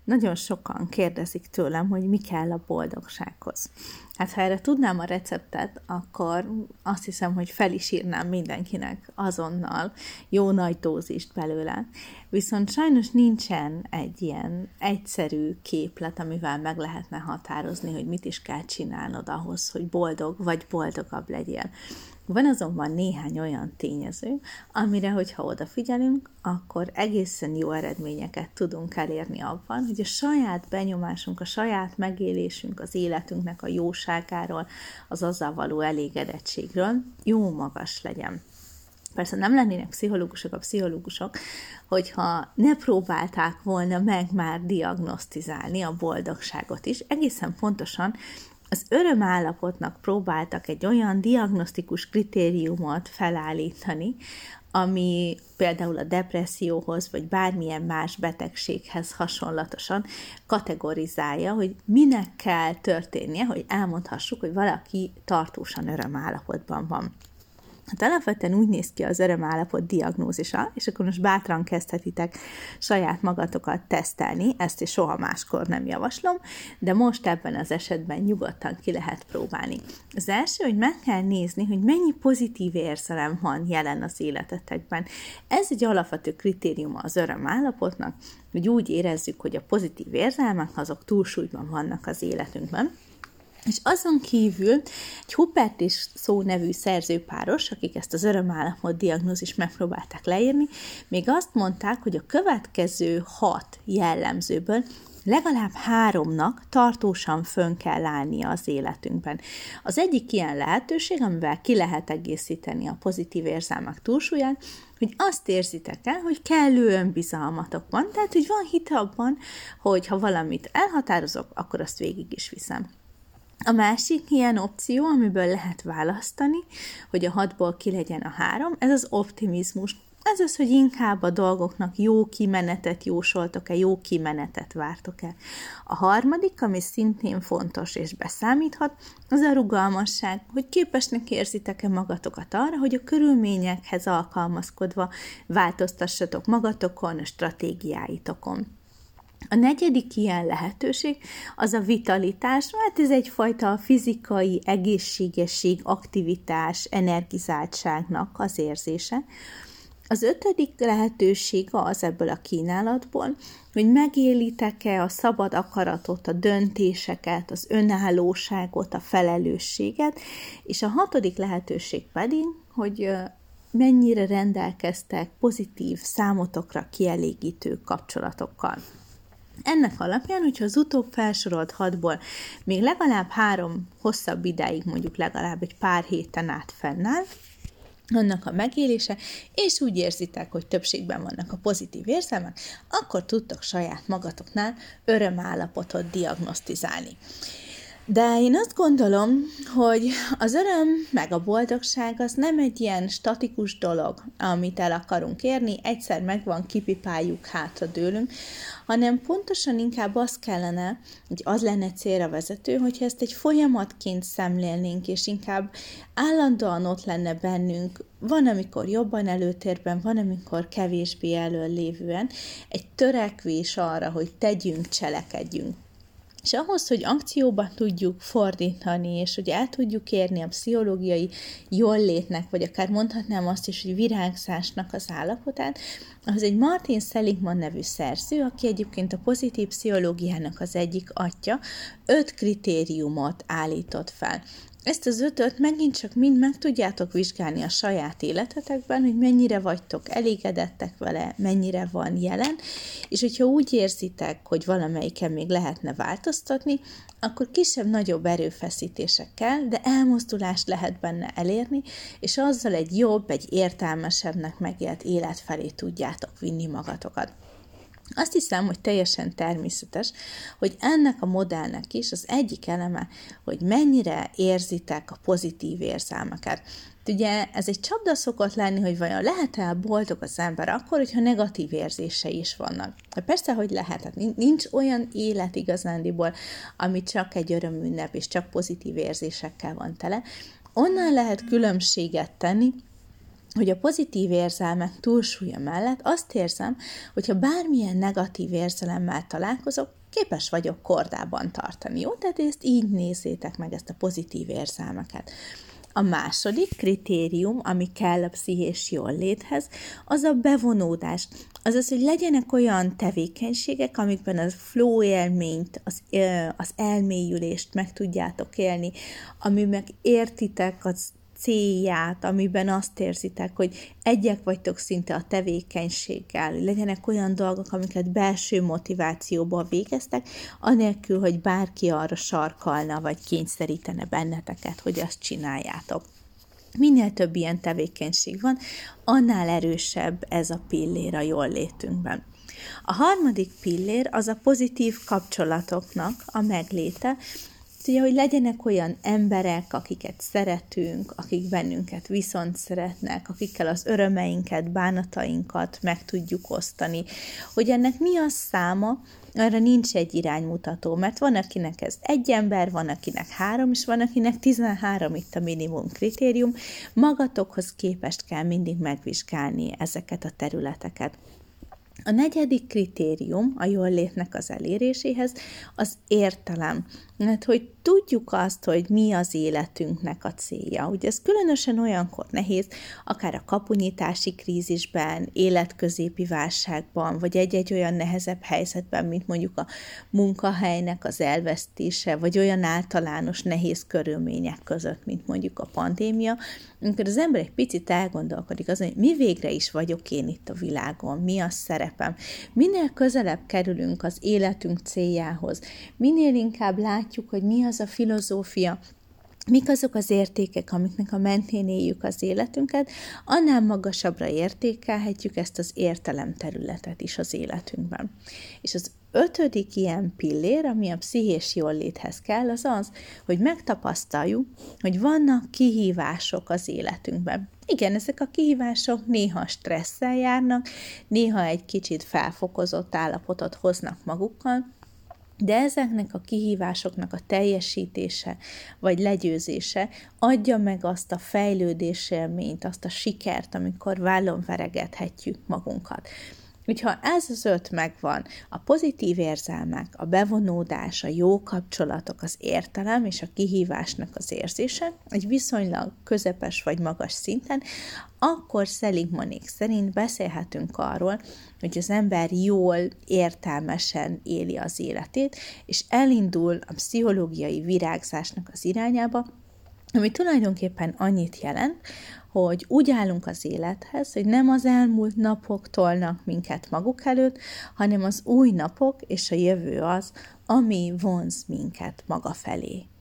Nagyon sokan kérdezik tőlem, hogy mi kell a boldogsághoz. Hát ha erre tudnám a receptet, akkor azt hiszem, hogy fel is írnám mindenkinek azonnal jó nagy dózist belőle. Viszont sajnos nincsen egy ilyen egyszerű képlet, amivel meg lehetne határozni, hogy mit is kell csinálnod ahhoz, hogy boldog vagy boldogabb legyél. Van azonban néhány olyan tényező, amire, hogyha odafigyelünk, akkor egészen jó eredményeket tudunk elérni abban, hogy a saját benyomásunk, a saját megélésünk az életünknek a jóságáról, az azzal való elégedettségről jó magas legyen. Persze nem lennének pszichológusok, hogyha ne próbálták volna meg már diagnosztizálni a boldogságot is, egészen pontosan az örömállapotnak próbáltak egy olyan diagnosztikus kritériumot felállítani, ami például a depresszióhoz, vagy bármilyen más betegséghez hasonlatosan kategorizálja, hogy minek kell történnie, hogy elmondhassuk, hogy valaki tartósan örömállapotban van. Hát alapvetően úgy néz ki az örömállapot diagnózisa, és akkor most bátran kezdhetitek saját magatokat tesztelni, ezt is soha máskor nem javaslom, de most ebben az esetben nyugodtan ki lehet próbálni. Az első, hogy meg kell nézni, hogy mennyi pozitív érzelem van jelen az életetekben. Ez egy alapvető kritériuma az örömállapotnak, hogy úgy érezzük, hogy a pozitív érzelmek azok túlsúlyban vannak az életünkben. És azon kívül egy Huppert és Szó nevű szerzőpáros, akik ezt az örömállapot diagnózist megpróbálták leírni, még azt mondták, hogy a következő 6 jellemzőből legalább 3-nak tartósan fönn kell állnia az életünkben. Az egyik ilyen lehetőség, amivel ki lehet egészíteni a pozitív érzelmek túlsúlyát, hogy azt érzitek el, hogy kellő önbizalmatok van, tehát hogy van hite abban, hogy ha valamit elhatározok, akkor azt végig is viszem. A másik ilyen opció, amiből lehet választani, hogy a 6-ból ki legyen a 3, ez az optimizmus. Ez az, hogy inkább a dolgoknak jó kimenetet jósoltok-e, jó kimenetet vártok-e. A harmadik, ami szintén fontos és beszámíthat, az a rugalmasság, hogy képesnek érzitek-e magatokat arra, hogy a körülményekhez alkalmazkodva változtassatok magatokon, a stratégiáitokon. A negyedik ilyen lehetőség az a vitalitás, hát ez egyfajta fizikai egészségesség, aktivitás, energizáltságnak az érzése. Az 5. lehetőség az ebből a kínálatból, hogy megélitek-e a szabad akaratot, a döntéseket, az önállóságot, a felelősséget, és a 6. lehetőség pedig, hogy mennyire rendelkeztek pozitív, számotokra kielégítő kapcsolatokkal. Ennek alapján, hogyha az utóbb felsorolt 6-ból még legalább 3 hosszabb ideig, mondjuk legalább egy pár héten át fennáll, annak a megélése, és úgy érzitek, hogy többségben vannak a pozitív érzelmek, akkor tudtok saját magatoknál örömállapotot diagnosztizálni. De én azt gondolom, hogy az öröm meg a boldogság az nem egy ilyen statikus dolog, amit el akarunk érni, egyszer megvan, kipipáljuk, hátradőlünk, hanem pontosan inkább az kellene, hogy az lenne célra vezető, hogyha ezt egy folyamatként szemlélnénk, és inkább állandóan ott lenne bennünk, van, amikor jobban előtérben, van, amikor kevésbé előlévően, egy törekvés arra, hogy tegyünk, cselekedjünk. És ahhoz, hogy akcióba tudjuk fordítani, és hogy el tudjuk érni a pszichológiai jóllétnek, vagy akár mondhatnám azt is, hogy virágzásnak az állapotát, ahhoz egy Martin Seligman nevű szerző, aki egyébként a pozitív pszichológiának az egyik atya, 5 kritériumot állított fel. Ezt az 5-öt megint csak mind meg tudjátok vizsgálni a saját életetekben, hogy mennyire vagytok elégedettek vele, mennyire van jelen, és hogyha úgy érzitek, hogy valamelyiken még lehetne változtatni, akkor kisebb-nagyobb erőfeszítésekkel, de elmozdulást lehet benne elérni, és azzal egy jobb, egy értelmesebbnek megélt élet felé tudjátok vinni magatokat. Azt hiszem, hogy teljesen természetes, hogy ennek a modellnek is az egyik eleme, hogy mennyire érzitek a pozitív érzelmeket. Ugye ez egy csapda szokott lenni, hogy vajon lehet-e boldog az ember akkor, hogyha negatív érzései is vannak. Persze, hogy lehet. Hát nincs olyan élet igazándiból, ami csak egy örömünnep és csak pozitív érzésekkel van tele. Onnan lehet különbséget tenni, hogy a pozitív érzelmek túlsúlya mellett azt érzem, hogyha bármilyen negatív érzelemmel találkozok, képes vagyok kordában tartani, jó? Tehát ezt így nézzétek meg, ezt a pozitív érzelmeket. A második kritérium, ami kell a pszichés jólléthez, az a bevonódás. Azaz, hogy legyenek olyan tevékenységek, amikben a flow élményt, az elmélyülést meg tudjátok élni, ami meg értitek az célját, amiben azt érzitek, hogy egyek vagytok szinte a tevékenységgel, hogy legyenek olyan dolgok, amiket belső motivációból végeztek, anélkül, hogy bárki arra sarkalna, vagy kényszerítene benneteket, hogy azt csináljátok. Minél több ilyen tevékenység van, annál erősebb ez a pillér a jól létünkben. A harmadik pillér az a pozitív kapcsolatoknak a megléte, ugye, hogy legyenek olyan emberek, akiket szeretünk, akik bennünket viszont szeretnek, akikkel az örömeinket, bánatainkat meg tudjuk osztani. Hogy ennek mi a száma, arra nincs egy iránymutató, mert van, akinek ez 1 ember, van, akinek 3, és van, akinek 13 itt a minimum kritérium. Magatokhoz képest kell mindig megvizsgálni ezeket a területeket. A negyedik kritérium a jóllétnek az eléréséhez az értelem. Hát, hogy tudjuk azt, hogy mi az életünknek a célja. Ugye ez különösen olyankor nehéz, akár a kapunyitási krízisben, életközépi válságban, vagy egy-egy olyan nehezebb helyzetben, mint mondjuk a munkahelynek az elvesztése, vagy olyan általános nehéz körülmények között, mint mondjuk a pandémia, amikor az ember egy picit elgondolkodik azon, hogy mi végre is vagyok én itt a világon, mi a szerepem. Minél közelebb kerülünk az életünk céljához, minél inkább látjuk, hogy mi az a filozófia, mik azok az értékek, amiknek a mentén éljük az életünket, annál magasabbra értékelhetjük ezt az értelemterületet is az életünkben. És az 5. ilyen pillér, ami a pszichés jólléthez kell, az az, hogy megtapasztaljuk, hogy vannak kihívások az életünkben. Igen, ezek a kihívások néha stresszel járnak, néha egy kicsit felfokozott állapotot hoznak magukkal, de ezeknek a kihívásoknak a teljesítése vagy legyőzése adja meg azt a fejlődésélményt, azt a sikert, amikor vállon veregethetjük magunkat. Úgyhogy ez az 5 megvan, a pozitív érzelmek, a bevonódás, a jó kapcsolatok, az értelem és a kihívásnak az érzése, egy viszonylag közepes vagy magas szinten, akkor Seligmanék szerint beszélhetünk arról, hogy az ember jól, értelmesen éli az életét, és elindul a pszichológiai virágzásnak az irányába, ami tulajdonképpen annyit jelent, hogy úgy állunk az élethez, hogy nem az elmúlt napok tolnak minket maguk előtt, hanem az új napok és a jövő az, ami vonz minket maga felé.